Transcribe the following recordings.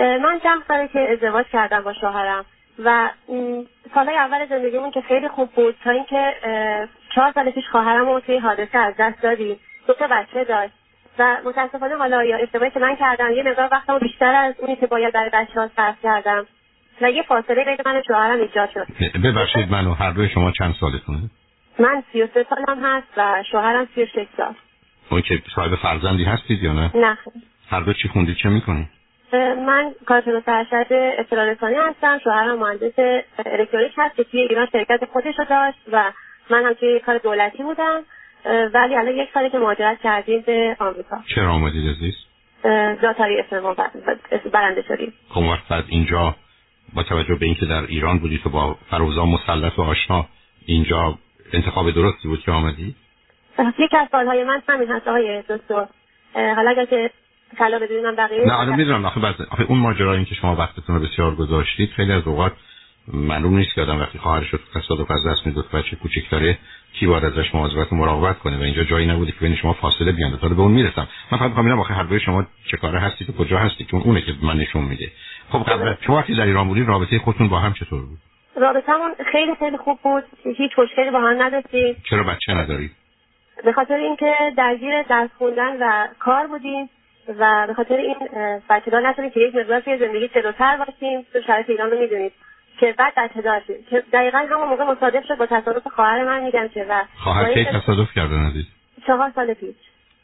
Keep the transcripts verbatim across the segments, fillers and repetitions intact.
من چند ساله که ازدواج کردم با شوهرم و سالهای اول زندگیمون که خیلی خوب بود تا اینکه چهار سال پیش خواهرم رو توی حادثه از دست دادیم. دو تا بچه داشت و متاسفانه حالا یا اشتباهی که من کردم یه مقدار وقتمو بیشتر از اونی که باید برای بچه‌ها صرف کردم و یه فاصله بین من و شوهرم ایجاد شد. ببخشید منو هر دوی شما چند سالتونه؟ من سی و سه سالم هست و شوهرم سی و شش سال. اون که صاحب فرزندی هستید یا نه؟ نه. هر دو چی خوندید، چه میکنید؟ من کارشناس ارشد اطلاع رسانی هستم، شوهرم مهندس الکترونیک هست که توی ایران شرکت خودش رو داشت و من هم توی کار دولتی بودم، ولی الان یک سالی که مهاجرت کردیم به آمریکا. چرا آمدید عزیز؟ داتاری اسم برنده شدیم. خب وقت اینجا با توجه به اینکه در ایران بودید و با فروزان مسلط و آشنا اینجا انتخاب درستی بود که آمدید؟ یکی از سالهای من همین هست آقای دکتر. حالا اگر که کلا بدونم بقیه نه آره میدونم. آخه بعد آخه اون ماجرا این که شما وقتتون رو بسیار گذاشتید خیلی از اوقات معلوم نیست که آدم وقتی خواهرش رو تو تصادف از دست میده بچه کوچیک داره کی باید ازش مواظبت و مراقبت کنه و اینجا جایی نبوده که بین شما فاصله بیاد. تا به اون میرسم. من فقط می‌خوام ببینم آخه هر دوی شما چه کاره هستید و کجا هستید چون اونه که من نشون میده. خب قبل شما وقتی در ایران بودید رابطه خودتون با هم چطور بود؟ رابطمون خیلی خیلی خوب بود. هیچ مشکلی با هم نداشتیم. چرا بچه ندارید؟ به خاطر اینکه درگیر درس خوندن و کار بودیم و به خاطر این بچه‌دار نشدیم که یک مقدار توی زندگی جلوتر باشیم. تو شرایط ایران رو میدونید که بعد بچه‌دار شدیم که دقیقاً همون موقع مصادف شد با تصادف خواهر من. میگم که و خواهر کی تصادف کردن عزیز؟ چهار سال پیش.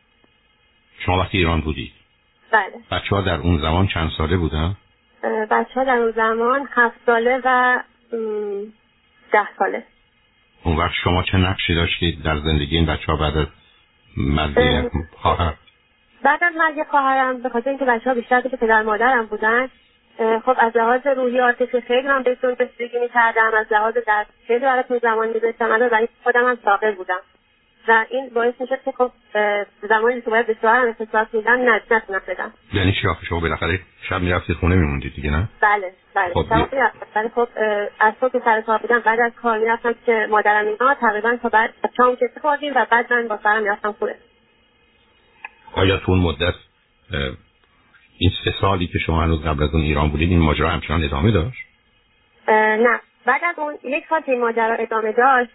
شما وقتی ایران بودید؟ بله. بچه‌ها در اون زمان چند ساله بودن؟ بچه‌ها در اون زمان هفت ساله و ده ساله. اون وقت شما چه نقشی داشتید در زندگی این بچه‌ها بعد از مرگ خواهر؟ بعد از مرگ خواهرم به خاطر اینکه بچه‌ها بیشتر پیش پدر مادرم بودن، خب از لحاظ روحی عاطفی خیلی من بهشون رسیدگی می‌کردم، از لحاظ درس خیلی براتون زمان می‌ذاشتم، البته برای خودم هم ساقط بودم و این باعث می‌شد که خب زمانی که باید به شوهرم اختصاص میدم نه نتونم بدم. یعنی چی آخه شما بالاخره شب می‌رفتید خونه می‌موندید دیگه نه؟ بله بله. خب شب می‌رفتم. خب از صبح که سر کار بودم بعد از کار می‌رفتم که مادرم اینا تقریبا تا بعد شام که خوردیم و بعد من با سرم می‌رفتم خونه. آیا تو اون مدت این سه سالی که شما هنوز قبل از اون ایران بودید این ماجرا همچنان ادامه داشت؟ نه بعد از اون یک سال که این ماجرا ادامه داشت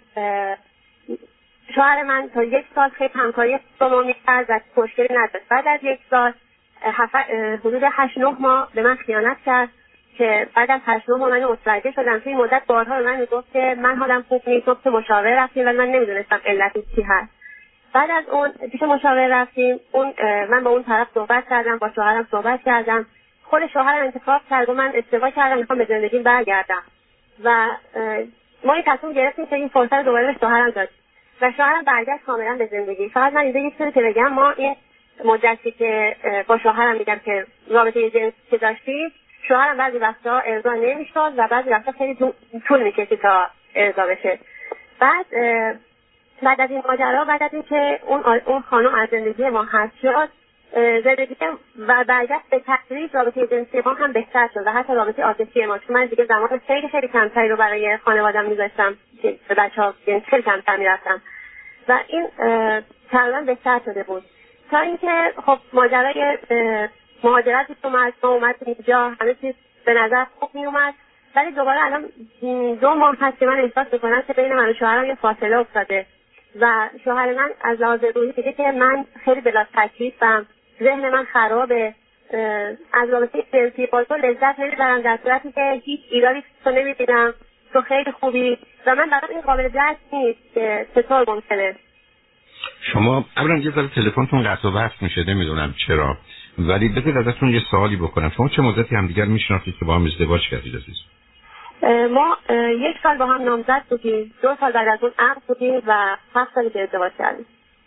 شوهر من تا یک سال خیلی همکاری با ما می‌کرد و مشکلی نداشت. بعد از یک سال حدود هشت نه ماه به من خیانت کرد که بعد از هشت نه ماه من متوجه شدم توی مدت بارها به من میگفت که من حالم خوب نیست. که مشاور رفتیم ولی من نمیدونستم علتش چی هست. بعد از اون پیش مشاور رفتیم، اون من با اون طرف صحبت کردم، با شوهرم صحبت کردم. خود شوهرم انتخاب کرد و من اشتباه کردم، میخوام به زندگیم برگردم و ما این تصمیم گرفتیم که این فرصت دوباره به شوهرم داد و شوهرم برگشت کاملا به زندگی. فقط من اینجا یک چیزی که بگم، ما این مدتی که با شوهرم میگم که رابطه جنسی که داشتیم، شوهرم بعضی وقتا ارضا نمیشد و بعضی وقتا خیلی طول میکشید تا ارضا بشه. بعد بعد از این ماجرا، بعد از اینکه اون اون خانم از زندگی ما حذف شد، زندگی و برگشت به تدریج رابطه جنسی ما هم بهتر شد و حتی رابطه عاطفی ما، چون من دیگه زمان خیلی خیلی کمتری رو برای خانواده‌ام می‌ذاشتم که به بچه‌ها خیلی کمتر می‌رفتم و این تقریبا بهتر شده بود تا اینکه خب ماجرای مهاجرتی که اومد اومد اینجا همه چیز به نظر خوب میومد، ولی دوباره الان دو ماه هست که من احساس می‌کنم که بین من و شوهرم یه فاصله افتاده و شوهر من از لحاظ روحی دیگه که من خیلی بلا تکلیفم، ذهن من خرابه، از رابطه جنسی با تو لذت نمیبرم در صورتی که هیچ ایرادی تو نمیبینم، تو خیلی خوبی و من برام این قابل درک نیست که چطور ممکنه. شما اولا یه ذره تلفنتون قطع و وصل میشه، نمیدونم چرا، ولی بذارید ازتون یه سوالی بکنم. شما چه مدتی همدیگر میشناسید که با هم ازدواج کردید عزیز؟ ما یک سال با هم نامزد بودیم، دو سال بعد از اون عقد بودیم و هفت سالی که ازدواج کردیم.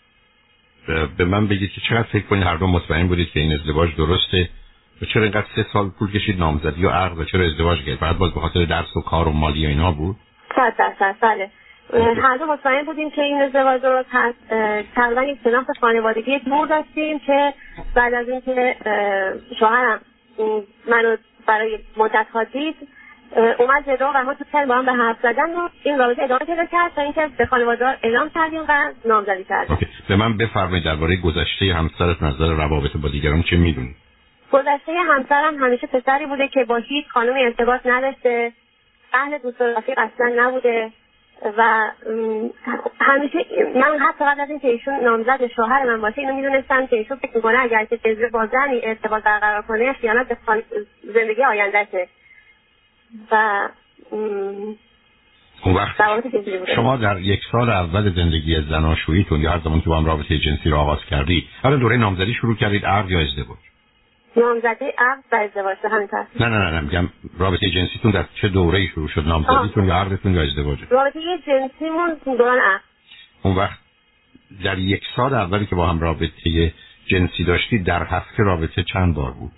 به من بگید که چقدر فکر کنید هر دو مطمئن بودید که این ازدواج درسته و چرا اینقدر سه سال طول کشید نامزدی و عقد و چرا ازدواج کردید؟ بعد باز به خاطر درس و کار و مالی و اینا بود؟ صد درصد بله. هر دو مطمئن بودیم که این ازدواج درست هست. تقریبا یک شناخت خانوادگی دور داشتیم که بعد از اینکه شوهرم منو برای مدت ها دید اومد جلو و ما تو تن با هم به حرف زدن و این رابطه ادامه پیدا کرد تا اینکه به خانواده اعلام کردیم و نامزدی کردیم. به من بفرمایید درباره گذشته همسرت، نظر روابط با دیگران چه میدونید؟ گذشته همسرم همیشه پسری بوده که با هیچ خانمی ارتباط نداشته، اهل دوست و رفیق اصلا نبوده و همیشه من حتی قبل از اینکه ایشون نامزد شوهر من باشه اینو میدونستم که ایشون فکر میکنه اگر که جزوه با زنی ارتباط برقرار کنه خیانت به زندگی آیندهشه و اون وقت شما در یک سال اول زندگی زناشوییتون یا هر زمان که با هم رابطه جنسی رو آغاز کردید، حالا دوره نامزدی شروع کردید، عقد یا ازدواج؟ نامزدی، عقد و ازدواج همینطور. نه نه نه نه میگم رابطه جنسیتون در چه دوره‌ای شروع شد؟ نامزدیتون یا عقدتون یا ازدواج؟ رابطه جنسیمون دوران عقد. اون وقت در یک سال اولی که با هم رابطه جنسی داشتید در هفته رابطه چند بار بود؟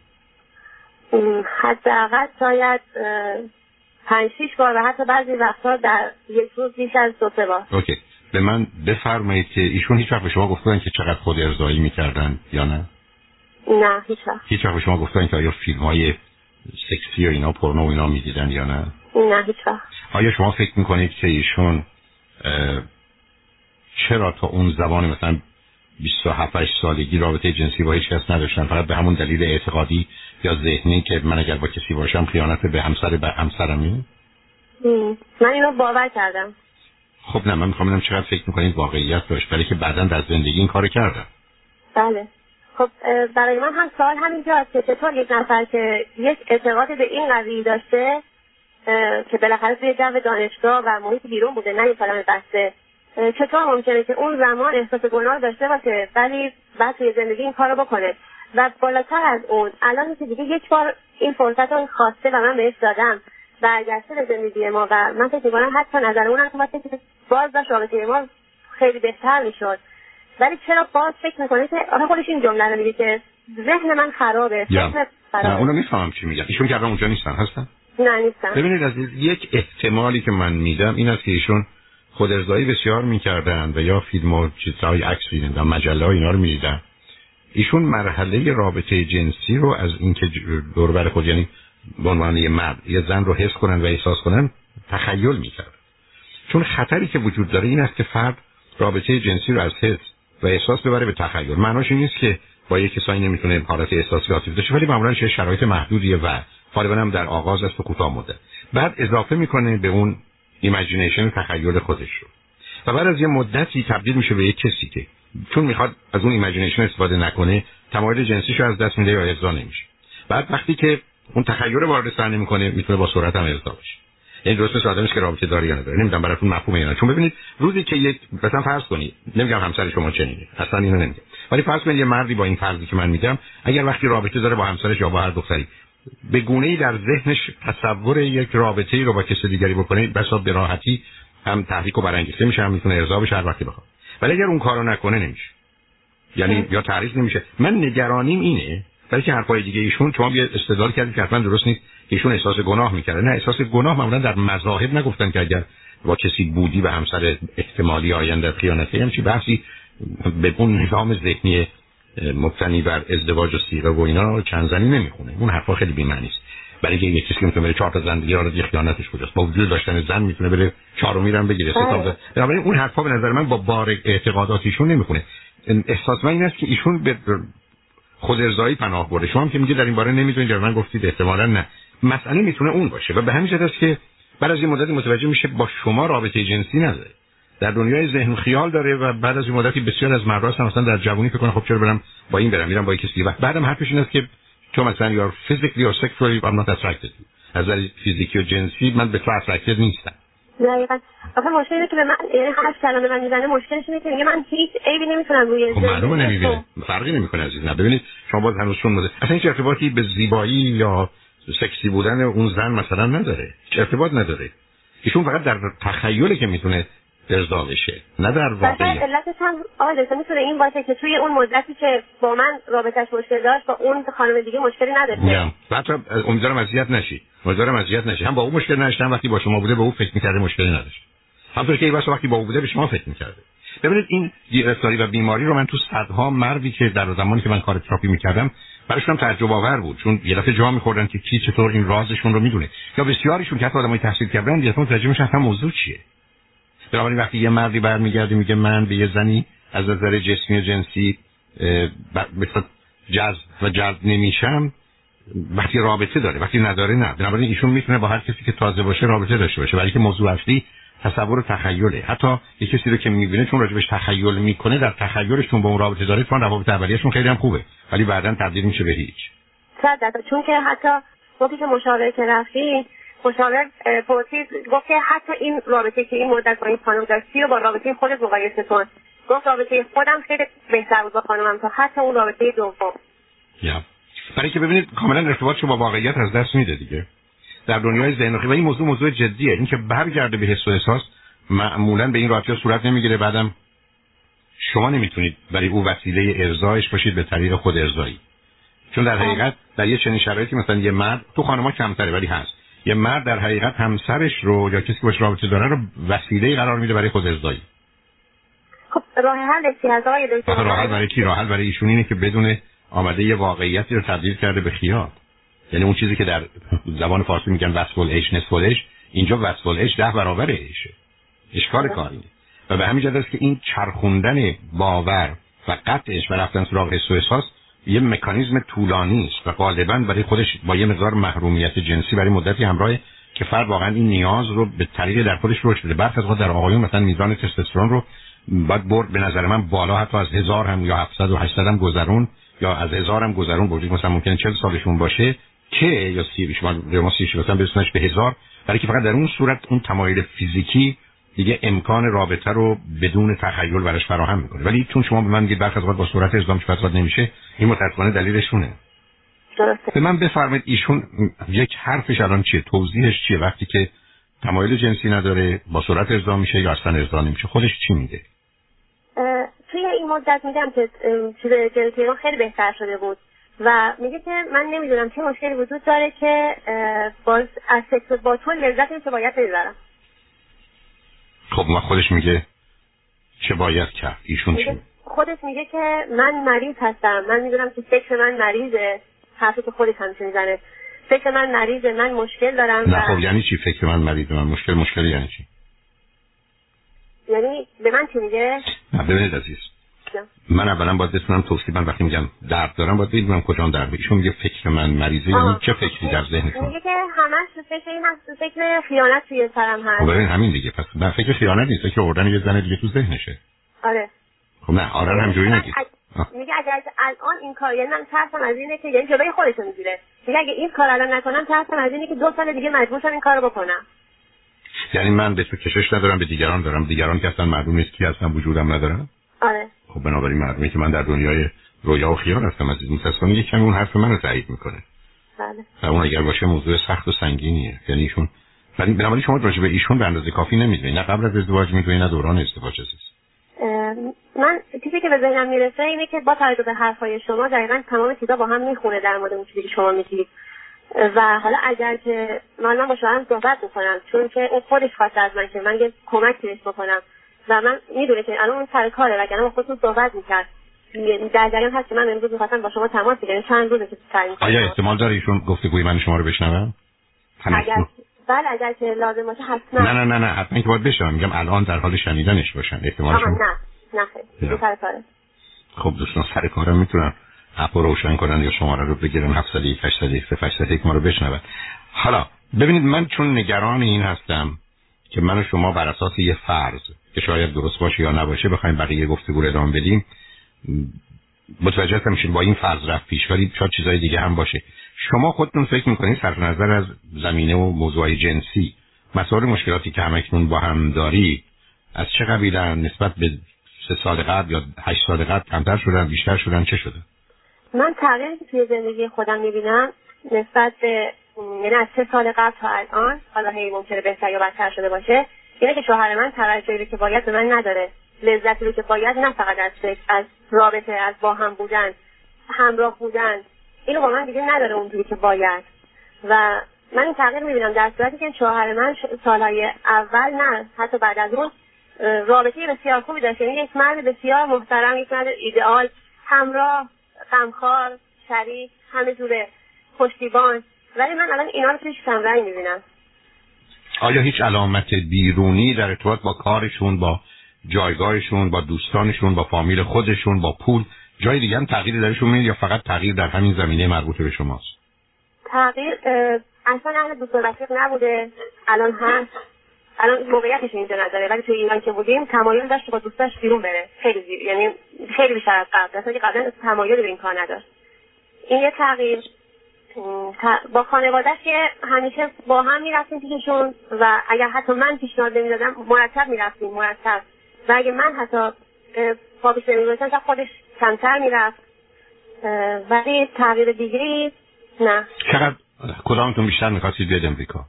حداقل شاید پنج شش بار و حتی بعضی وقتا در یک روز بیش از دو سه بار. اوکی. به من بفرمایید که ایشون هیچ وقت به شما گفتن که چقدر خود ارضایی می‌کردن یا نه؟ نه هیچ وقت. هیچ وقت به شما گفتن که آیا فیلم‌های سکسی و اینا پورنو و اینا می‌دیدن یا نه؟ نه هیچ وقت. آیا شما فکر می‌کنید که ایشون چرا تا اون زمان مثلا بیست و هفت سالگی رابطه جنسی با هیچ کس نداشتن، فقط به همون دلیل اعتقادی یا ذهنی که من اگر با کسی باشم خیانت به همسر به همسرمی؟ من اینو باور کردم. خب نه، من میخوام ببینم چقدر فکر میکنید واقعیت داشت، ولی که بعداً در زندگی این کارو کردم. بله. خب برای من هم سوال همینجاست که چطور یک نفر که یک اعتقاد به این قضیه داشته که بالاخره توی جو دانشگاه و محیط بیرون بوده، نه این کلمه بسته، چطور ممکنه که اون زمان احساس گناه داشته باشه ولی بعد توی زندگی این کارو بکنه؟ و بالاتر از اون الان که دیگه یک بار این فرصت رو خواسته و من بهش دادم برگشته به زندگی ما و من فکر می‌کنم حتی نظر اونم که واسه که باز داشت رابطه ما خیلی بهتر میشد، ولی چرا باز فکر می‌کنه که آخه خودش این جمله رو میگه که ذهن من خرابه، ذهن خرابه. نه اونو میفهمم چی میگه. ایشون که الان اونجا نیستن، هستن؟ نه نیستن. ببینید از یک احتمالی که من میدم این است که ایشون خود ارضایی بسیار میکردن و یا فیلم و چیزهای عکس می‌دیدن، مجله ها اینا رو می‌دیدن. ایشون مرحله رابطه جنسی رو از اینکه دور بر خود، یعنی به عنوان یه مرد یه زن رو حس کنن و احساس کنن، تخیل میکرد. چون خطری که وجود داره این است که فرد رابطه جنسی رو از حس و احساس ببره به تخیل. معناش این نیست که با یک کسایی نمیتونه حالت احساسی عاطفی داشته، ولی معمولا چه شرایط محدودیه و غالبا هم در آغاز است و کوتاه مدت. بعد اضافه میکنه به اون ایمیجینیشن، تخیل خودش رو، و بعد از یه مدتی تبدیل میشه به یک کسی که چون میخواد از اون ایمیجینیشن استفاده نکنه تمایل جنسیشو از دست میده یا ارضا نمیشه. بعد وقتی که اون تخیل وارد صحنه میکنه میتونه با سرعت هم ارضا بشه. این درست مثل آدمی که رابطه داره یا نداره. نمیدونم براتون مفهومه یا نه. چون ببینید روزی که یک مثلا فرض کنید، نمیگم همسر شما چنینه، اصلا اینو نمیگم، ولی فرض کنید یه مردی با این فرضی که من میدم اگر وقتی رابطه داره با همسرش یا با هر دختری به گونه‌ای در ذهنش تصور یک رابطه‌ای رو با کسی دیگری بکنه، بسا به راحتی هم تحریک و برانگیخته میشه، هم میتونه ارضا بشه هر وقتی بخواد. ولی اگر اون کارو نکنه نمیشه. یعنی یا تعریف نمیشه. من نگرانیم اینه، ولی که حرفای دیگه ایشون شما بیا استدلال کردید که حتما درست نیست که ایشون احساس گناه میکرده. نه، احساس گناه معمولا در مذاهب نگفتن که اگر با کسی بودی و همسر احتمالی آینده خیانت کنی، چی بحثی به اون نظام ذهنی مبتنی بر ازدواج و سیغه و اینا چند زنی نمیخونه. اون حرفا خیلی بی معنی است. برای اینکه یک کسی که میتونه بره چهار تا زن دیگه رو دیگه خیانتش کجاست؟ با وجود داشتن زن میتونه بره چهارمی رو بگیره، سه تا. بنابراین اون حرفا به نظر من با بار اعتقاداتیشون نمیخونه. احساس من این است که ایشون به خود ارضایی پناه برده. شما هم که میگه در این باره نمیدونید، من گفتید احتمالاً نه. مسئله میتونه اون باشه و به همین جهت است که بعد از این مدتی متوجه میشه با شما رابطه جنسی نداره، در دنیای ذهن خیال داره و بعد از این مدتی بسیار از مردها هستن مثلا در جوانی فکر کنن خب چرا برم با این برم میرم با کسی و بعدم حرفش این است که چون مثلا یار فیزیکلی یا سکشوالی I'm not attracted. از نظر فیزیکی و جنسی من به تو اترکتد نیستم. دقیقاً. آخه مشکلی اینه که به من یعنی هر کلمه من میزنه مشکلش اینه که میگه من هیچ عیبی نمیتونم روی ازدواج. معلومه نمیبینه. فرقی نمیکنه عزیز. نه ببینید شما باز هنوز چون اصلا هیچ ارتباطی به زیبایی یا سکسی بودن اون زن مثلا نداره. هیچ ارتباط نداره. ایشون فقط در تخیلی که میتونه ارضا بشه، نه در واقعیت. علتش هم آقا دکتر میتونه این باشه که توی اون مدتی که با من رابطش مشکل داشت با اون خانم دیگه مشکلی نداشت. نه، حتی امیدوارم اذیت نشی. امیدوارم اذیت نشی. هم با اون مشکل نداشت، وقتی با شما بوده به اون فکر می‌کرده مشکلی نداشت. همونطور که واسه وقتی با اون بوده به شما فکر می‌کرده. ببینید این گرفتاری و بیماری رو من تو صدها مردی که در زمانی که من کار تراپی می‌کردم براشون تعجب آور بود، چون یه دفعه جا می‌خوردن که کی چطور این رازشون رو می‌دونه، یا بسیاریشون که آدمای تحصیل کردن دیگه متوجه میشن اصلا موضوع چیه. بنابراین وقتی یه مردی برمیگرده میگه من به یه زنی از نظر جسمی و جنسی مثلا جذب و جذب نمیشم، وقتی رابطه داره، وقتی نداره نه. بنابراین ایشون میتونه با هر کسی که تازه باشه رابطه داشته باشه، ولی که موضوع اصلی تصور و تخیله. حتی یه کسی رو که میبینه چون راجبش تخیل میکنه، در تخیلشون با اون رابطه داره، چون روابط اولیه‌شون خیلی هم خوبه، ولی بعداً تبدیل میشه به هیچ. صد درصد. چون که حتی وقتی که مشاوره که رفتیم، مشاور پرسید گفت که حتی این رابطه که این مدت با این خانم داشتی رو با رابطه خودت مقایسه کن. گفت رابطه خودم خیلی بهتر بود با خانمم تا حتی اون رابطه دوم. یا برای که ببینید کاملا ارتباطش با واقعیت از دست میده دیگه. در دنیای ذهن و این موضوع موضوع جدیه. این که برگرده به حس و احساس معمولا به این راحتی صورت نمیگیره. بعدم شما نمیتونید برای او وسیله ارضایش باشید به طریق خود ارضایی. چون در حقیقت در یه چنین شرایطی مثلا یه مرد، تو خانم‌ها کمتره ولی هست، یه مرد در حقیقت همسرش رو یا کسی که باش رابطه داره رو وسیله قرار میده برای خود ارضایی. خب راه حل چی هست آقای دکتر؟ راه حل برای کی؟ راه حل برای ایشون اینه که بدون آمده یه واقعیتی رو تبدیل کرده به خیال. یعنی اون چیزی که در زبان فارسی میگن وصف العیش نصف العیش، اینجا وصف العیش ده برابر عیشه. اشکال کاری و به همین جهت است که این چرخوندن باور و قطعش و رفتن سراغ حس و احساس یه مکانیزم طولانی است و غالبا برای خودش با یه مقدار محرومیت جنسی برای مدتی همراهه که فرد واقعا این نیاز رو به طریق در خودش رشد بده. برخی از وقت در آقایون مثلا میزان تستوسترون رو باید برد به نظر من بالا، حتی از هزار هم یا هفتصد و هشتصد هم گذرون یا از هزار هم گذرون بودید، مثلا ممکنه چهل سالشون باشه که یا سی شما یا سی مثلا برسونش به هزار، برای که فقط در اون صورت اون تمایل فیزیکی دیگه امکان رابطه رو بدون تخیل براش فراهم میکنه. ولی چون شما به من میگید برخی از وقت با صورت ازدواج فساد نمیشه، این متأسفانه دلیلشونه. درسته. به من بفرمایید ایشون یک حرفش الان چیه؟ توضیحش چیه وقتی که تمایل جنسی نداره، با صورت ازدواج میشه یا اصلا ازدواج نمیشه؟ خودش چی میگه؟ توی این مدت میگم که چیز جنسی رو خیلی بهتر شده بود و میگه که من نمیدونم چه مشکلی وجود داره که باز از سکس با تو لذت میشه باید ببرم. خب ما خودش میگه چه باید کرد؟ ایشون چی؟ خودش میگه که من مریض هستم، من میدونم که فکر من مریضه، حرفی که خودش همیشه میزنه، فکر من مریضه، من مشکل دارم. نه خب یعنی چی فکر من مریضه؟ من مشکل مشکلی یعنی چی؟ یعنی به من چی میگه؟ نه ببینید عزیز، من اولا باید بتونم توصیف، من وقتی میگم درد دارم باید بدونم کجام درد. ایشون میگه فکر من مریضه، یعنی چه فکری در ذهنشون؟ میگه که همش فکر این هست، فکر خیانت توی سرم هست. خب ببین همین دیگه، پس من فکر خیانت نیست، فکر آوردن یه زن دیگه تو ذهنشه. آره. خب نه آره همجوری نگید. میگه اگر الان این کار، یعنی من ترسم از اینه که یعنی جلوی خودشو میگیره، میگه اگه این کار الان نکنم ترسم از اینه که دو سال دیگه مجبور شم این کارو بکنم. یعنی من به تو کشش ندارم، به دیگران دارم، دیگران که اصلا معلوم نیست کی هستن، وجودم ندارن. آره. خب بنابراین معلومه که من در دنیای رویا و خیال هستم عزیز. متأسفانه یک کمی اون حرف منو تایید میکنه. بله. و اون اگر باشه موضوع سخت و سنگینیه. یعنی ایشون، ولی بنابراین شما راجع به ایشون به اندازه کافی نمیدونید، نه قبل از ازدواج میدونید نه دوران ازدواج عزیز. من چیزی که به ذهنم میرسه اینه که با توجه به حرفای شما دقیقاً تمام چیزا با هم میخونه در مورد اون چیزی که شما میگید. و حالا اگر که من من با شوهرم صحبت میکنم، چون که اون خودش خواسته از من که من یه کمکی بهش بکنم و من میدونه که الان اون سر کاره، وگرنه با خودتون صحبت میکرد. در جریان هست که من امروز میخواستم با شما تماس بگیرم، چند روزه که تعیین کردم. آیا احتمال داره ایشون گفتگوی من شما رو بشنوم؟ اگر بله اگر که لازم باشه حتما. نه نه نه نه حتما که باید بشنوم، میگم الان در حال شنیدنش باشن. احتمالش نه نه خیلی سر کاره. خب دوستان سر کارم میتونن اپ رو روشن کنن یا شماره رو بگیرن هفت صفر یک هشت صفر یک صفر هشت یک ما رو بشنون. حالا ببینید من چون نگران این هستم که من و شما بر اساس یه فرض که شاید درست باشه یا نباشه بخوایم بقیه گفتگو رو ادامه بدیم، متوجه هستم میشین با این فرض رفت پیش، ولی شاید چیزای دیگه هم باشه. شما خودتون فکر میکنید صرف نظر از زمینه و موضوع جنسی مسائل مشکلاتی که همکنون با هم داری از چه قبیلن؟ نسبت به سه سال قبل یا هشت سال قبل کمتر شدن، بیشتر شدن، چه شده؟ من تغییری که توی زندگی خودم میبینم نسبت به یعنی از سه سال قبل تا الان، حالا هی ممکنه بهتر یا بدتر شده باشه، اینه که شوهر من توجهی رو که باید به من نداره، لذتی رو که باید نه فقط از سکس، از رابطه، از با هم بودن، همراه بودن، اینو با من دیگه نداره اونجوری که باید. و من این تغییر میبینم در صورتی که شوهر من سالهای اول نه حتی بعد از اون رابطه بسیار خوبی داشته، یعنی یک مرد بسیار محترم، یک مرد ایدئال، همراه، غمخوار، شریک، همه جوره، پشتیبان. ولی من الان اینا رو توش کمرنگ میبینم. آیا هیچ علامت بیرونی در ارتباط با کارشون، با جایگاهشون، با دوستانشون، با فامیل خودشون، با پول، جای دیگه هم تغییری درشون میاد یا فقط تغییر در همین زمینه مربوط به شماست؟ تغییر اصلا اهل دوست و رفیق نبوده، الان هست، الان موقعیتش اینجا نداره، ولی توی ایران که بودیم تمایل داشت با دوستاش بیرون بره، خیلی زیر. یعنی خیلی بیشتر از قبل، اصلا که قبلا تمایل به این کار نداشت. این یه تغییر. با خانواده‌اش که همیشه با هم میرفتیم پیششون و اگر حتی من پیشنهاد نمیدادم مرتب میرفتیم مرتب، و اگه من حتی پا پیش نمیگذاشتم خودش کمتر میرفت. ولی تغییر دیگری نه. چقدر کدامتون بیشتر میخواستید بیاد امریکا؟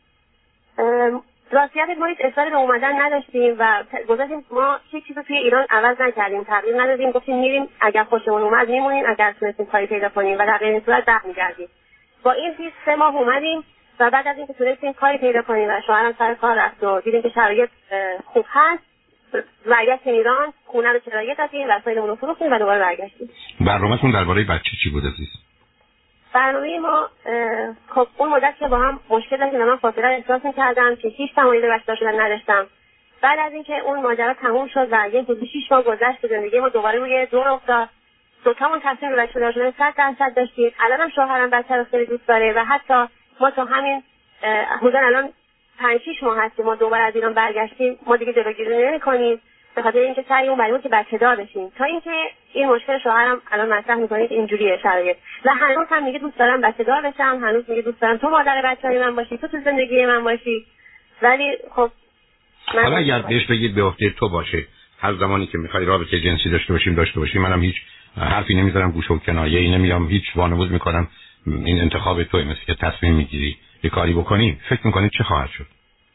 راستیت ما هیچ اصراری به اومدن نداشتیم و گذاشتیم، ما هیچ چیزی توی ایران عوض نکردیم، تغییر ندادیم، گفتیم میریم اگر خوشمون اومد میمونیم، اگر تونستیم کاری پیدا کنیم و در غیر صورت برمیگردیم. با این چیز سه ماه اومدیم و بعد از اینکه تونستیم کاری پیدا کنیم و شوهرم سر کار رفت و دیدیم که شرایط خوب هست، برگشتیم ایران، خونه رو کرایه دادیم، وسایلمون رو فروختیم و دوباره برگشتیم. برنامه‌تون درباره بچه چی بود عزیز؟ برنامه ما خب اون مدت که با هم مشکل داشتیم و من فاصله احساس می‌کردم که هیچ تمایلی به بچه‌دار شدن نداشتم. بعد از اینکه اون ماجرا تموم شد و یه حدود شش ماه گذشت، زندگی ما دوباره روی دور افتاد. دو تامون تصمیم به بچه‌دار شدن صد درصد داشتیم. الانم شوهرم بچه رو خیلی دوست داره و حتی ما تا همین حدود الان پنج شش ماه هست که ما دوباره از ایران برگشتیم، ما دیگه جلوگیری نمی‌کنیم به خاطر اینکه سعی اون برای که بچه‌دار بشیم، تا اینکه این مشکل شوهرم الان مطرح می‌کنید اینجوریه شرایط و هنوز هم میگه دوست دارم بچه‌دار بشم، هنوز میگه دوست دارم تو مادر بچه‌های من باشی، تو تو زندگی من باشی. ولی خب حالا اگر بهش بگید به عهده تو باشه، هر زمانی که می‌خوای رابطه جنسی داشته باشیم داشته باشیم، منم هیچ حرفی نمی‌زنم، گوش و کنایه‌ای نمیام، هیچ وانمود می‌کنم، این انتخاب توئه، مثل که تصمیم می‌گیری یه کاری بکنی، فکر می‌کنید چه خواهد شد؟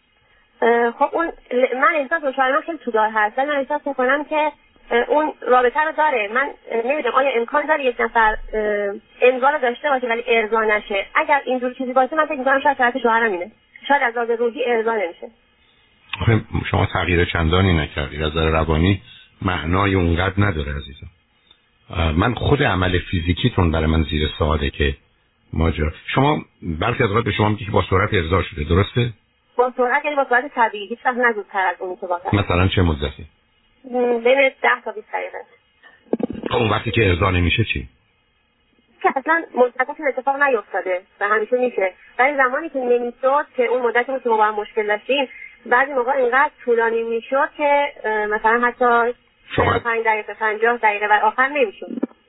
خب اون من احساس می‌کنم خیلی تودار هست، من احساس می‌کنم که اون رابطه رو داره. من نمیدونم آیا امکان داره یک نفر امضا رو داشته باشه ولی ارضا نشه. اگر اینجور چیزی باشه من فکر می‌کنم شاید شرط شوهرم اینه، شاید از لحاظ روحی ارضا نمیشه. آخه شما تغییر چندانی نکردید، از نظر روانی معنای اونقدر نداره عزیزم. من خود عمل فیزیکیتون برای من زیر سواله که ماجرا شما برخی از اوقات به شما میگه که با سرعت ارضا شده، درسته؟ با سرعت یعنی با سرعت طبیعی، هیچ وقت نزودتر از اون که واقعا. مثلا چه مدتی؟ بین ده تا بیست دقیقه. خب اون وقتی که ارضا نمیشه چی؟ که اصلا مدتی اتفاق نیفتاده و همیشه میشه، ولی زمانی که نمیشد که اون مدتی که ما با هم مشکل داشتیم، بعضی موقع اینقدر طولانی میشد که مثلا حتی شما پنج دقیقه پنجاه دقیقه و آخر نمیشد.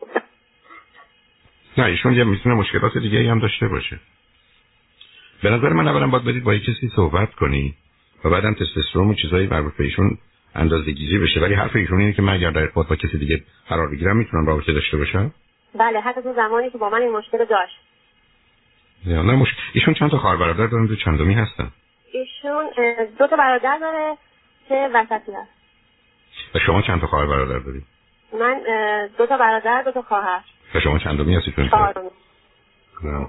نه ایشون یه میتونه مشکلات دیگه هم داشته باشه. به نظر من اولا باید برید با یک کسی صحبت کنی و بعدم تستوسترون و چیزایی مربوط به ایشون اندازه‌گیری بشه. ولی حرف ایشون اینه که من اگر در ارتباط با کسی دیگه قرار بگیرم میتونم رابطه داشته باشم. بله، حتی تو زمانی که با من این مشکل داشت. نه نه مش... ایشون چند تا خواهر برادر دارن؟ دو چندمی هستن؟ ایشون دو تا برادر داره که وسطی هست. و شما چند تا خواهر برادر دارید؟ من دو تا برادر، دو تا خواهر. و شما چندمی هستید؟ چهارمی. نه.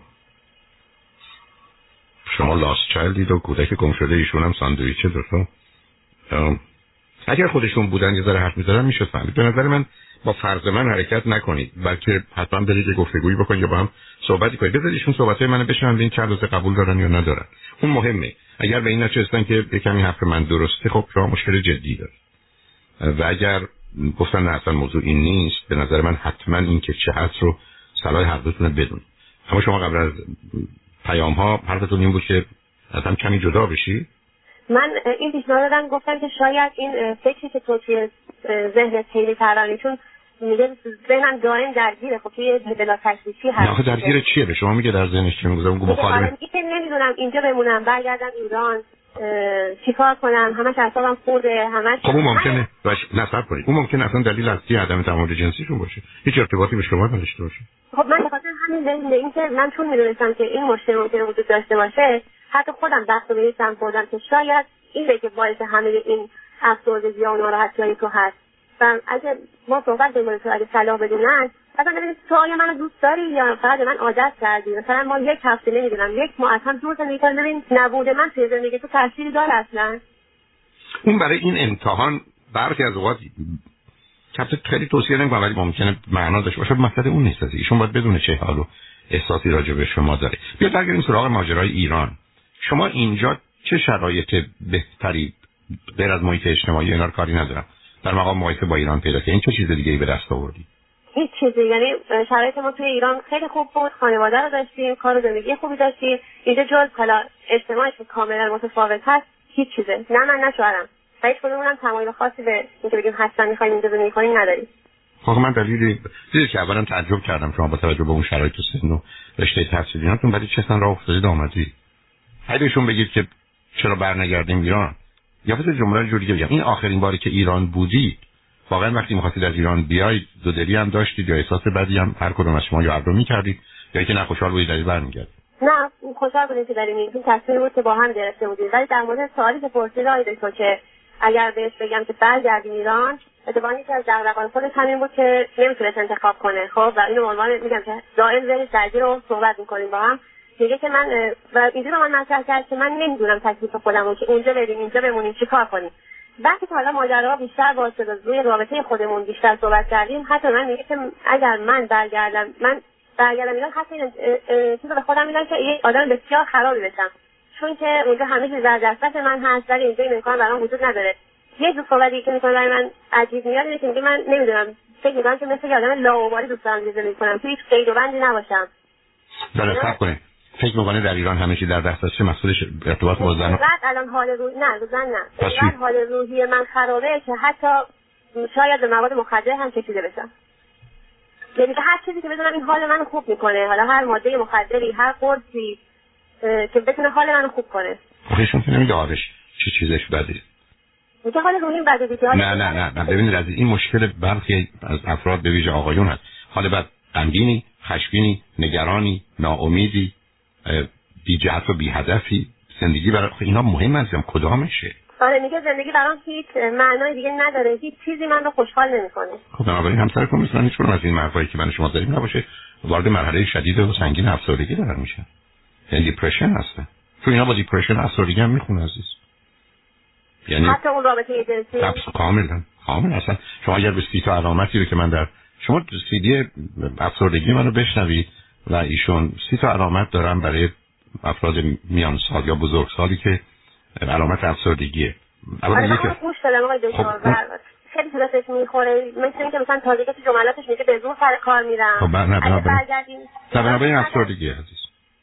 شما لاست چایلدید و کودک گم شده، ایشون هم ساندویچ دو تا. اگر خودشون بودن یه ذره حرف می‌زدن میشد فهمید. به نظر من با فرض من حرکت نکنید، بلکه حتما برید گفتگویی بکنید یا با هم صحبتی کنید. بذارید ایشون صحبت‌های منو بشنون ببین چند روز قبول دارن یا ندارن. اون مهمه. اگر به این نچستن که یکمی حرف من درسته، خب شما مشکل جدی دارید. و اگر گفتن نه اصلا موضوع این نیست، به نظر من حتما این که چه هست رو صلاح هر دوتون بدونید. اما شما قبل از پیام ها حرفتون این بود که اصلا کمی جدا بشی. من این پیشنهاد دادم، گفتم که شاید این فکری که تو توی ذهنت خیلی پرانی، چون میگه ذهنم دائم درگیره، خب توی بلا تکلیفی هست. نه درگیر چیه؟ به شما میگه در ذهنش چی میگه؟ میگه مخالفه. میگه نمیدونم اینجا بمونم، برگردم ایران، چیکار کنم، همش اعصابم خورده، همش. خب اون ممکنه باش نصب کنید. اون ممکنه اصلا دلیل اصلی عدم تعامل جنسیشون باشه، هیچ ارتباطی به شما نداشته باشه. خب من به خاطر همین دلیل اینکه من چون میدونستم که این مشکل ممکنه وجود داشته باشه، حتی خودم دست به این سمت بردم که شاید این که باعث همه این افسردگی و ناراحتی‌های تو هست. و اگه ما صحبت کنیم تو اگه صلاح بدونن، اصلا ببینید تو آیا منو دوست داری یا فقط من عادت کردی؟ مثلا ما یک هفته نمیدونم یک ماه اصلا دور زندگی کردیم، ببین نبوده من توی زندگی تو تأثیری داره اصلا. اون برای این امتحان برخی از اوقات کپت خیلی توصیه نمی‌کنم، ولی ممکنه معنا داشته باشه. مسئله اون نیست، ایشون باید بدونه چه حالو احساسی راجع به شما داره. بیا برگردیم سراغ ماجرای ایران. شما اینجا چه شرایط بهتری غیر از محیط اجتماعی اینا رو کاری ندارم در مقام مقایسه با ایران پیدا کردین؟ این چه چیز دیگه‌ای به دست آوردی؟ هیچ چیزی. یعنی شرایط ما توی ایران خیلی خوب بود، خانواده رو داشتیم، کار و زندگی خوبی داشتیم. اینجا جز حالا اجتماعش کاملا متفاوت هست، هیچ چیزه. نه من نه شوهرم. هیچ کدومون هم تمایل خاصی به اینکه بگیم حتما می‌خوایم اینجا زندگی کنیم نداریم. خب من دلیلی دیدی که اولا تعجب کردم شما با توجه به اون شرایط و سن و رشته تحصیلیاتون ولی چه اصلا راه افتادید آمدید. اگه بهشون بگید که چرا برنگردیم ایران، یا بذار جمله جوری بگم این آخرین باری که ایران بودید واقعا وقتی می‌خواستید از ایران بیاید دو دلی هم داشتید یا احساس بدی هم هر کدوم از شما یا عبرو می‌کردید یا اینکه ناخوشحال بودید در برمیگردید؟ نه خوشحال بودیم که داریم این تصمیم بود که با هم گرفته بودیم. ولی در مورد سوالی که پرسید آید تو که اگر بهش بگم که برگردیم ایران، اتفاقا یکی از دغدغه‌های خودش همین بود که نمیتونست انتخاب کنه. خب و اینو عنوان میگم که دائم ذهنش درگیر رو صحبت می‌کنیم با هم. میگه که من و اینجوری من مطرح کرد که من نمیدونم تکلیف خودمو که اونجا بریم اینجا بمونیم چیکار کنیم. وقتی که حالا ماجراها بیشتر واسه روی رابطه خودمون بیشتر صحبت کردیم، حتی من میگه که اگر من برگردم من برگردم ایران حتی این چیزو به خودم میگم که یه آدم بسیار خرابی بشم، چون که اونجا همه چیز در دسترس من هست ولی اینجا این امکان برام وجود نداره. یه جور صحبتی که میکنه برای من عجیب میاد اینه که میگه من نمیدونم فکر میکنم که مثل یه آدم لاابالی دوست دارم زندگی کنم، تو هیچ قید و بندی نباشم. داره صبر کنه. فکر میکنه در ایران همه چی در دسترسه، مسئولش ارتباط با زن. بعد الان حال روحی نه زن نه. بعد حال روحی من خرابه که حتی شاید به مواد مخدر هم کشیده بشم. یعنی هر چیزی که بدونم این حال منو خوب میکنه، حالا هر ماده مخدری، هر قرصی که بتونه حال منو خوب کنه. خودشون که نمیگه آرش چه چیزش بده. میگه حال روحیم بده دیگه. نه نه نه نه ببینید از این مشکل برخی از افراد به ویژه آقایون هست. حال بعد غمگینی، خشمگینی، نگرانی، ناامیدی، بی جهت و بی هدفی، زندگی برای اینا مهم است کدامشه؟ آره میگه زندگی برام هیچ معنای دیگه نداره، هیچ چیزی من رو خوشحال نمیکنه. خب بنابراین همسرتون مثلا هیچ کدوم از این حرفایی که من شما داریم نباشه وارد مرحله شدید و سنگین افسردگی دارن میشن. یعنی دیپرشن هستن. تو اینا با دیپرشن افسردگی هم میخونه عزیز. یعنی حتی اون رابطه جنسی کاملا کاملا اصلا شما اگر به سی تا علامتی رو که من در شما سی دی افسردگی منو بشنوید و ایشون سی تا علامت دارن برای افراد میان سال یا بزرگ سالی که علامت افسردگیه. اولا میگه که گوش دادم آقای دکتر خیلی طولش میخوره، مثل اینکه مثلا تازگی که جملاتش میگه به زور سر کار میرم. خب نه بنابراین نه بنابراین افسردگیه عزیز.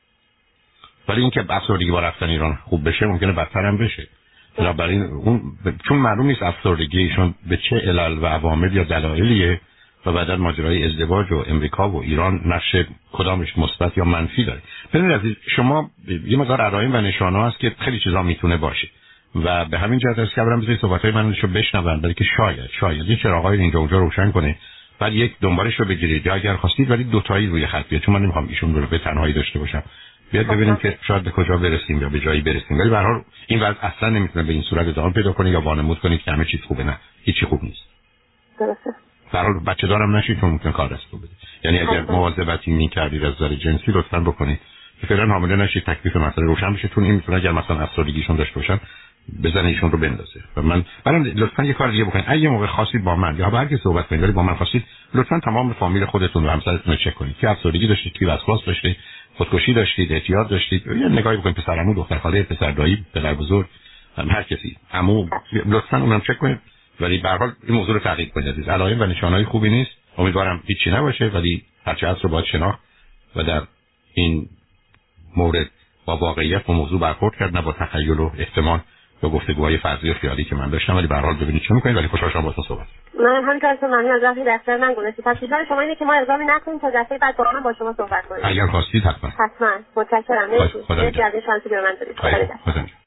ولی اینکه افسردگی با رفتن ایران خوب بشه ممکنه بدتر هم بشه. بنابراین اون چون معلوم نیست افسردگیشون به چه علل و عوامل یا دلایلیه و بعداً ماجرای ازدواج و امریکا و ایران نقش کدامش مثبت یا منفی داره. ببینید عزیز شما یه مقدار علائم و نشانه‌ها هست که خیلی چیزا میتونه باشه و به همین جهت است که برام بذارید صحبت‌های منو رو بشنون برای که شاید شاید یه چراغای اینجا اونجا روشن کنه بعد یک دنبالش رو بگیرید یا اگر خواستید ولی دو تایی روی خط بیاد چون من نمی‌خوام ایشون رو به تنهایی داشته باشم. بیاد ببینیم که شاید به کجا برسیم یا به جایی برسیم. ولی به هر حال این وضع اصلا نمیتونه به این صورت ادامه پیدا کنه یا وانمود کنید که همه چیز خوبه. نه هیچی خوب نیست. درسته. در حال بچه دارم نشید چون ممکن کار دست رو بده. یعنی اگر مواظبتی می‌کردید از نظر جنسی لطفاً بکنید که فعلا حامله نشید تکلیف مسئله روشن بشه چون این میتونه اگر مثلا افسردگیشون داشته باشن بزنه ایشون رو بندازه. و من برام لطفاً یه کار دیگه بکنید. اگه موقع خاصی با من یا با هر کی صحبت کنید ولی با من خواستید لطفاً تمام فامیل خودتون و همسرتون رو چک کنید که افسردگی داشتید کی وسواس داشتید خودکشی داشتید احتیاط داشتید یه نگاهی بکنید پسرعمو دختر خاله پسر دایی پدر بزرگ هر کسی عمو لطفاً اونم چک کنید. ولی به هر حال این موضوع رو تعقیب کنید عزیز. علائم و نشانه‌های خوبی نیست. امیدوارم هیچی نباشه ولی هرچه هست رو باید شناخت و در این مورد با واقعیت و موضوع برخورد کرد نه با تخیل و احتمال و گفتگوهای فرضی و خیالی که من داشتم. ولی به هر حال ببینید چه می‌کنید. ولی خوشحال شدم باهاتون صحبت کردم. من همینطور که ممنون از وقتی دفتر من گذاشتی. تشکر شما اینه که ما اقدامی نکنیم تا دفعه بعد با من با شما صحبت کنیم. اگر خواستید حتما. حتما. متشکرم. مرسی. مرسی از این شانسی که به من دادید. خدا